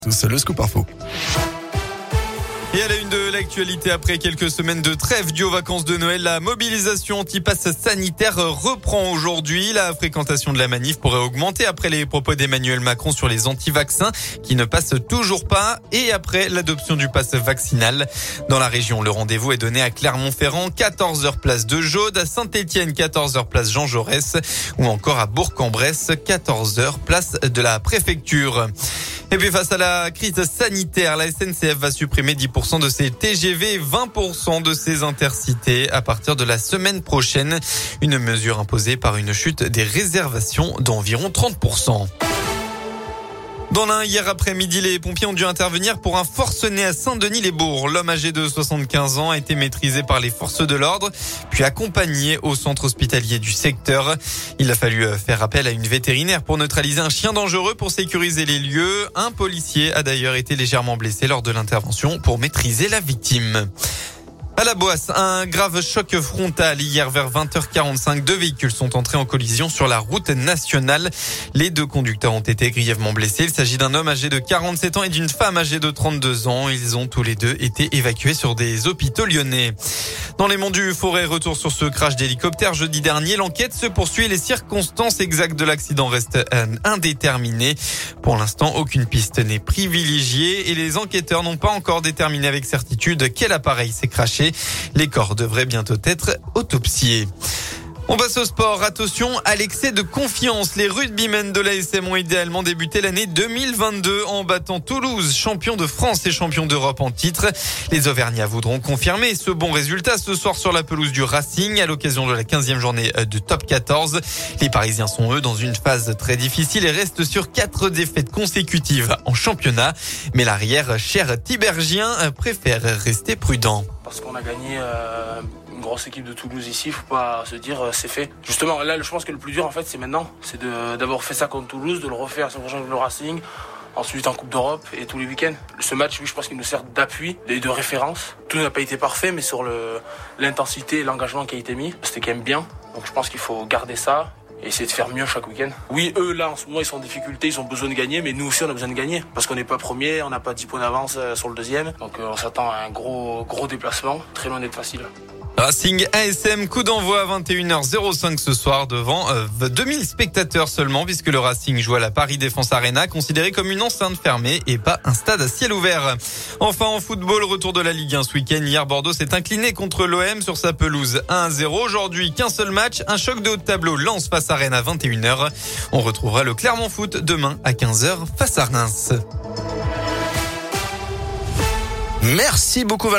C'est le scoop info. Et à la une de l'actualité, après quelques semaines de trêve due aux vacances de Noël, la mobilisation anti-pass sanitaire reprend aujourd'hui. La fréquentation de la manif pourrait augmenter après les propos d'Emmanuel Macron sur les anti-vaccins qui ne passent toujours pas et après l'adoption du pass vaccinal. Dans la région, le rendez-vous est donné à Clermont-Ferrand, 14h place de Jaude, à Saint-Étienne, 14h place Jean Jaurès ou encore à Bourg-en-Bresse, 14h place de la préfecture. Et puis face à la crise sanitaire, la SNCF va supprimer 10% de ses TGV et 20% de ses intercités à partir de la semaine prochaine. Une mesure imposée par une chute des réservations d'environ 30%. Dans l'Ain, hier après-midi, les pompiers ont dû intervenir pour un forcené à Saint-Denis-les-Bourgs. L'homme âgé de 75 ans a été maîtrisé par les forces de l'ordre, puis accompagné au centre hospitalier du secteur. Il a fallu faire appel à une vétérinaire pour neutraliser un chien dangereux pour sécuriser les lieux. Un policier a d'ailleurs été légèrement blessé lors de l'intervention pour maîtriser la victime. À la Boisse, un grave choc frontal. Hier vers 20h45, 2 véhicules sont entrés en collision sur la route nationale. Les 2 conducteurs ont été grièvement blessés. Il s'agit d'un homme âgé de 47 ans et d'une femme âgée de 32 ans. Ils ont tous les 2 été évacués sur des hôpitaux lyonnais. Dans les monts du Forêt, retour sur ce crash d'hélicoptère jeudi dernier. L'enquête se poursuit et les circonstances exactes de l'accident restent indéterminées. Pour l'instant, aucune piste n'est privilégiée et les enquêteurs n'ont pas encore déterminé avec certitude quel appareil s'est crashé. Les corps devraient bientôt être autopsiés. On passe au sport. Attention à l'excès de confiance. Les rugbymen de l'ASM ont idéalement débuté l'année 2022 en battant Toulouse, champion de France et champion d'Europe en titre. Les Auvergnats voudront confirmer ce bon résultat ce soir sur la pelouse du Racing à l'occasion de la 15e journée de Top 14. Les Parisiens sont eux dans une phase très difficile et restent sur 4 défaites consécutives en championnat. Mais l'arrière cher Tibergien préfère rester prudent. Parce qu'on a gagné une grosse équipe de Toulouse ici, il faut pas se dire c'est fait. Justement, là, je pense que le plus dur en fait, c'est maintenant, c'est d'avoir fait ça contre Toulouse, de le refaire la semaine prochaine avec le Racing, ensuite en Coupe d'Europe et tous les week-ends. Ce match, oui, je pense qu'il nous sert d'appui et de référence. Tout n'a pas été parfait, mais sur l'intensité et l'engagement qui a été mis, c'était quand même bien. Donc je pense qu'il faut garder ça et essayer de faire mieux chaque week-end. Oui, eux, là, en ce moment, ils sont en difficulté, ils ont besoin de gagner, mais nous aussi, on a besoin de gagner. Parce qu'on n'est pas premier, on n'a pas 10 points d'avance sur le deuxième. Donc, on s'attend à un gros déplacement, très loin d'être facile. Racing ASM, coup d'envoi à 21h05 ce soir devant 2000 spectateurs seulement puisque le Racing joue à la Paris Défense Arena, considéré comme une enceinte fermée et pas un stade à ciel ouvert. Enfin en football, retour de la Ligue 1 ce week-end. Hier, Bordeaux s'est incliné contre l'OM sur sa pelouse 1-0. Aujourd'hui, qu'un seul match, un choc de haut de tableau, Lens face à Rennes à 21h. On retrouvera le Clermont Foot demain à 15h face à Reims. Merci beaucoup Valentin.